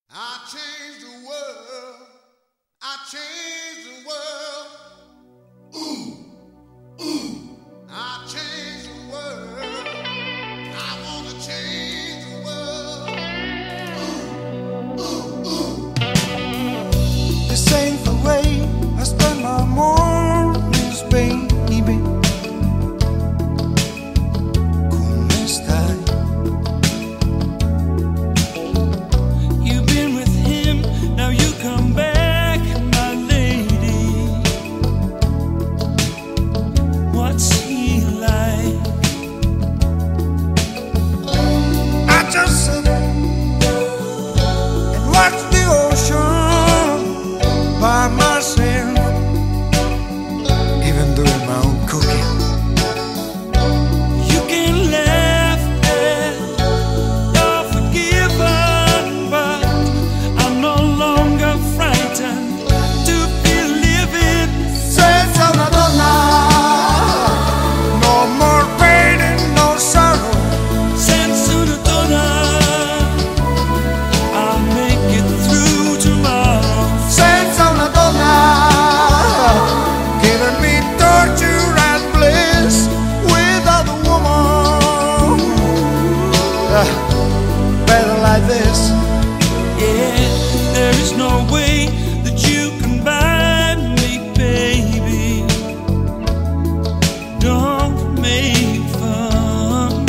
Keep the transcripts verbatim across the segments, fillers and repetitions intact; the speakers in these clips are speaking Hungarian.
I changed the world. I changed the world. Ooh, ooh. I changed the world. I want to change the world. Ooh, ooh, ooh. This ain't the way I spend my mornings, baby. ¿Cómo estás? You've been with him, now you come back, my lady. What's he like? I just sit and watch the ocean by myself, even doing my own cooking. You can laugh at you're forgiven, but I'm no longer frightened to be living. Senza una donna, no more pain and no sorrow. Senza una donna, I'll make it through tomorrow. Senza una donna, giving me torture and bliss without a woman. Uh, better like this. Yeah, there is no way that you can buy me, baby. Don't make fun.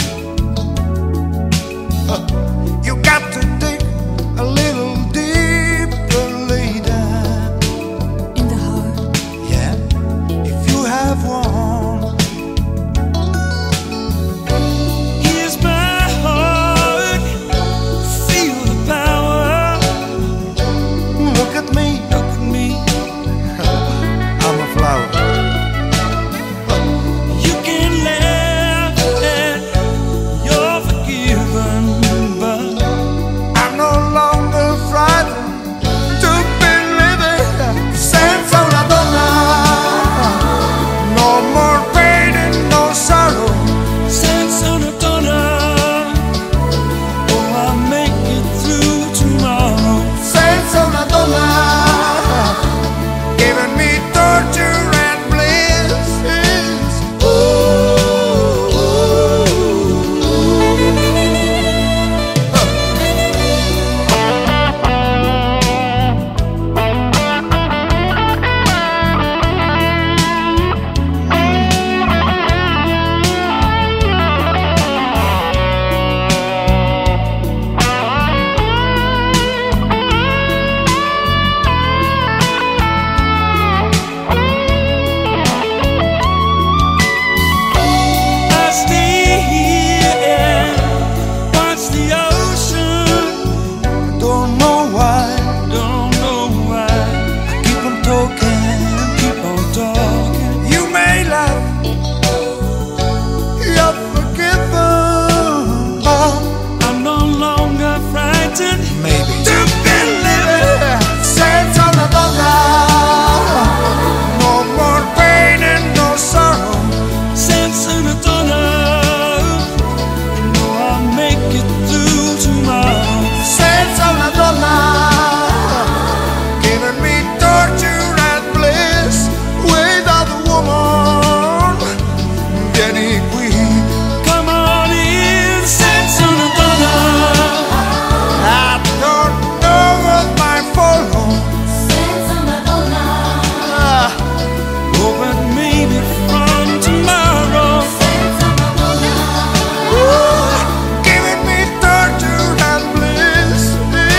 Uh, you got to dig a little deeper later. In the heart. Yeah, if you have one. Here's my heart. Feel the power. Look at me. Look at me. I'm a flower. You can laugh at you're forgiven, but I'm no longer frightened to be living. Senza una donna, no more pain and no sorrow. Senza una donna, oh, I'll make it through tomorrow. Senza una donna, giving me torture and bliss. Ooh, ooh, ooh. I stay here and watch the ocean. Don't know why, don't know why. I keep on talking, keep on talking. You may laugh, you're forgiven, but I'm no longer frightened. Maybe to be living. Senza una donna, no more pain and no sorrow. Senza una donna, you know I'll make it through tomorrow. Senza una donna, giving me torture and bliss without a woman. Vieni qui, come on in. Senza una donna, I don't know what might follow. Senza una donna, Ah, oh, but maybe from tomorrow. senza una donna, Ooh, giving me torture and bliss.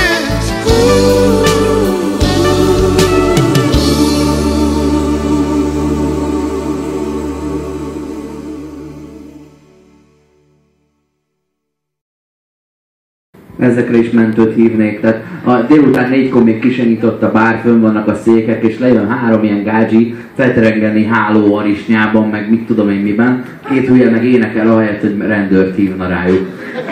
Ezekre is mentőt hívnék, tehát a délután négykor még ki se nyitott a bár, fönn vannak a székek, és lejön három ilyen gádzsi, felterengeni háló arisnyában, meg mit tudom én miben, két hülye meg énekel ahelyett, hogy rendőrt hívna rájuk.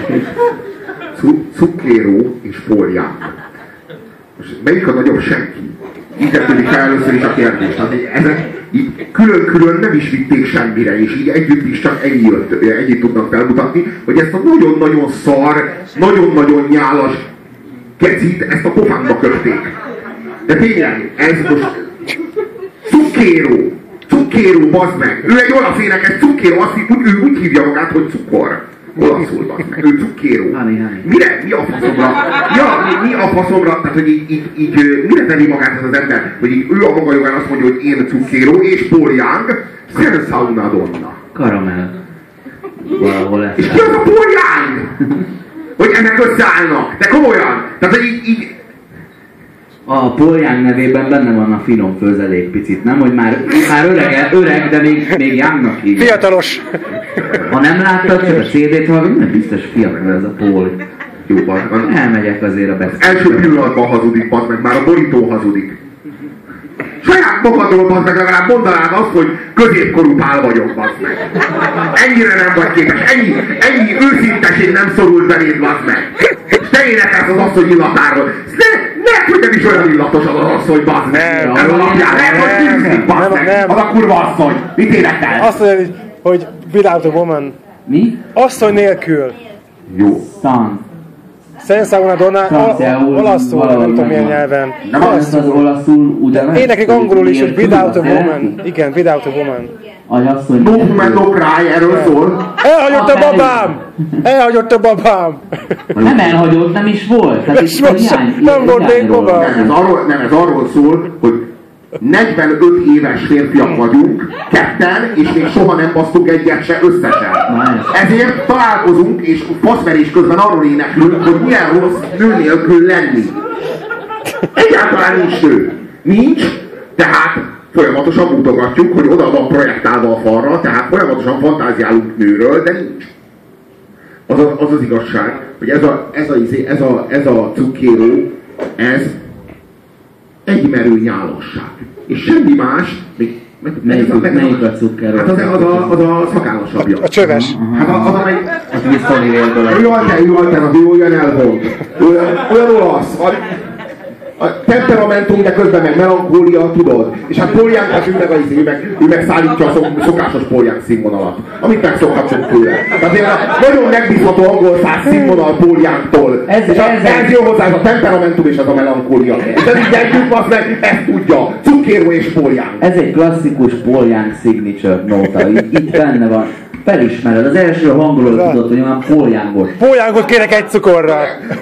Zucchero és fóliák. Most melyik a nagyobb senki? Így vetődik fel először is a kérdés. Tehát ezek így külön-külön nem is vitték semmire, és így együtt is csak ennyi jött, ennyit tudnak felmutatni, hogy ezt a nagyon-nagyon szar, nagyon-nagyon nyálas Kecit, ezt a pofánkba köpték. De tényleg, ez most... Cukkéró! Cukkéró, bazd meg! Ő egy olaf énekes cukkéró, azt úgy, ő úgy hívja magát, hogy cukor. Olaszul, bazd meg. Ő cukkéró. Mire? Mi a faszomra? Ja, mi, mi a faszomra? Tehát, hogy így, így, így mire tenni magát ez az ember? Hogy így ő a maga jogán azt mondja, hogy én cukkéró, és Paul Young, senza una donna. Karamell. Valahol lesz. És ki az a Paul Young? Hogy ennek összeállnak. De komolyan. Tehát, hogy így... így A Paul Young nevében benne van a finom főzelék picit, nem? Hogy már, már öreg, öreg, de még, még Youngnak hívják. Fiatalos! Ha nem láttad, csak a cé dét hallgat, nem biztos fiatal ez a Paul. jó, bazd meg. Elmegyek azért a beszélgetésre. Első pillanatban hazudik, bazd meg, már a borító hazudik. Saját magadról, bazd meg, legalább mondanád azt, hogy középkorú pál vagyok, bazd meg. Ennyire nem vagy képes, ennyi, ennyi őszinteség nem szorult beléd, bazd meg. És te énekelsz az asszony illatáról. Ne, ne, hogy nem is olyan illatos az az asszony, bazd meg. Nem. Ez alapján, lehet, hogy tűzik, bazd meg. Nem. Az a kurva asszony. Mit énekel? Azt mondja, hogy without a woman. Mi? Asszony nélkül. Jó. Stan. Senza una donna, Franciául, olaszul, nem tudom milyen nyelven. Nem az az olaszul ugyanaz? Éneklik angolul is, hogy without a woman. Igen, without a woman. Az azt, hogy... No woman, no cry, erről szól. Elhagyott a babám! Elhagyott a babám! Nem elhagyott, nem is volt. Tehát És itt a most hiány- nem volt még hiányról baba. van. Nem ez, arról, nem, ez arról szól, hogy negyvenöt éves férfiak vagyunk, ketten, és még soha nem basztunk egyet se összesen. Ezért találkozunk, és faszverés közben arról éneklünk, hogy milyen rossz nő nélkül lenni. Egyáltalán nincs nő. Nincs, tehát folyamatosan mutogatjuk, hogy oda van projektálva a falra, tehát folyamatosan fantáziálunk nőről, de nincs. Az az, az, az igazság, hogy ez a, ez a, ez a, ez a cukkéró, ez egy merő nyálosság. És semmi más, még... Melyik, melyik a cukkéró? Hát az, az, a, az a szakállasabbja. A csöves. Hát az, az amely... Az visszanévélből. Ő alter, ő alternatív, olyan elvont. Olyan, olyan olasz. A, a temperamentum, de közben meg melankólia, tudod. És hát Paul Young, hát ő meg, a, ő meg, ő meg szállítja a szok, szokásos Paul Young színvonalat. Amit megszokhatunk tőle. Tehát én a nagyon megbízható angol száz színvonal Paul Youngtól. Ez, és a, ez, ez jó hozzá, ez a temperamentum és ez a melankólia. És ez így együtt az meg, ezt tudja. Cukkéró és Paul Young. Ez egy klasszikus Paul Young signature nóta. Itt, itt benne van. Felismered. Az első hangulót tudod, hogy olyan Paul Youngos. Pólyánkot kérek egy cukorral.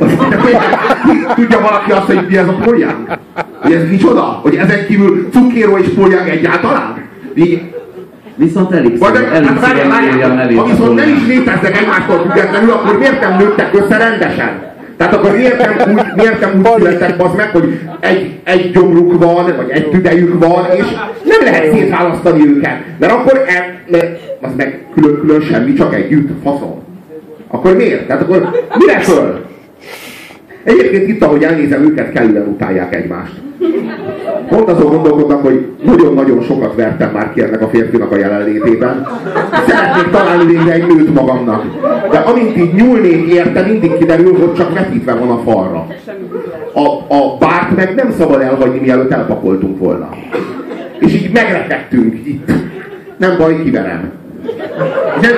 Tudja valaki azt, hogy mi ez a Paul Young? Hogy ez micsoda? Hogy ezen kívül cukkéró és Paul Young egyáltalán? Így, Viszont elég vagy, szépen, elég hát várjál, szépen írja a várjál, nevét. ha a viszont Paul nem Young. is léteznek egymástól függetlenül, akkor miért nem nőttek össze rendesen? Tehát akkor miért nem úgy, miért nem úgy születtek, bazd meg, hogy egy, egy gyomruk van, vagy egy tüdejük van, és nem lehet szétválasztani őket. Mert akkor e, mert az meg külön-külön semmi, csak együtt, faszom. Akkor miért? Tehát akkor mire föl? Egyébként itt, ahogy elnézem, őket kellően utálják egymást. Pont azon gondolkodnak, hogy nagyon-nagyon sokat vertem már ki ennek a férfinak a jelenlétében. Szeretnék találni végre egy nőt magamnak. De amint így nyúlnék érte, mindig kiderül, hogy csak vetítve van a falra. A, a bárt meg nem szabad elhagyni, mielőtt elpakoltunk volna. És így megrekedtünk itt. Nem baj, kiverem. De...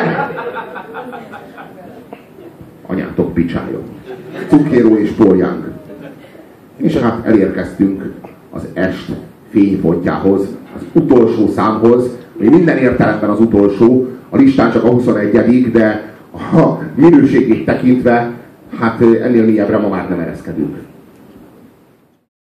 Anyátok picsájon. Cukkéró és Paul Young. És hát elérkeztünk az est fénypontjához, az utolsó számhoz, ami minden értelemben az utolsó, a listán csak a huszonegyedik, de a minőségét tekintve, hát ennél mélyebbre ma már nem ereszkedünk.